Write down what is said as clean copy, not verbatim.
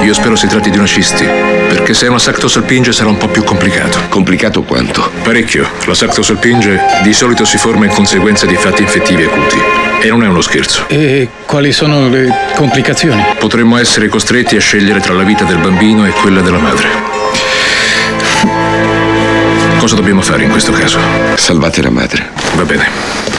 io spero si tratti di una cisti, perché se è una sactosalpinge sarà un po' più complicato. Complicato quanto? Parecchio. La sactosalpinge di solito si forma in conseguenza di fatti infettivi acuti. E non è uno scherzo. E quali sono le complicazioni? Potremmo essere costretti a scegliere tra la vita del bambino e quella della madre. Cosa dobbiamo fare in questo caso? Salvate la madre. Va bene.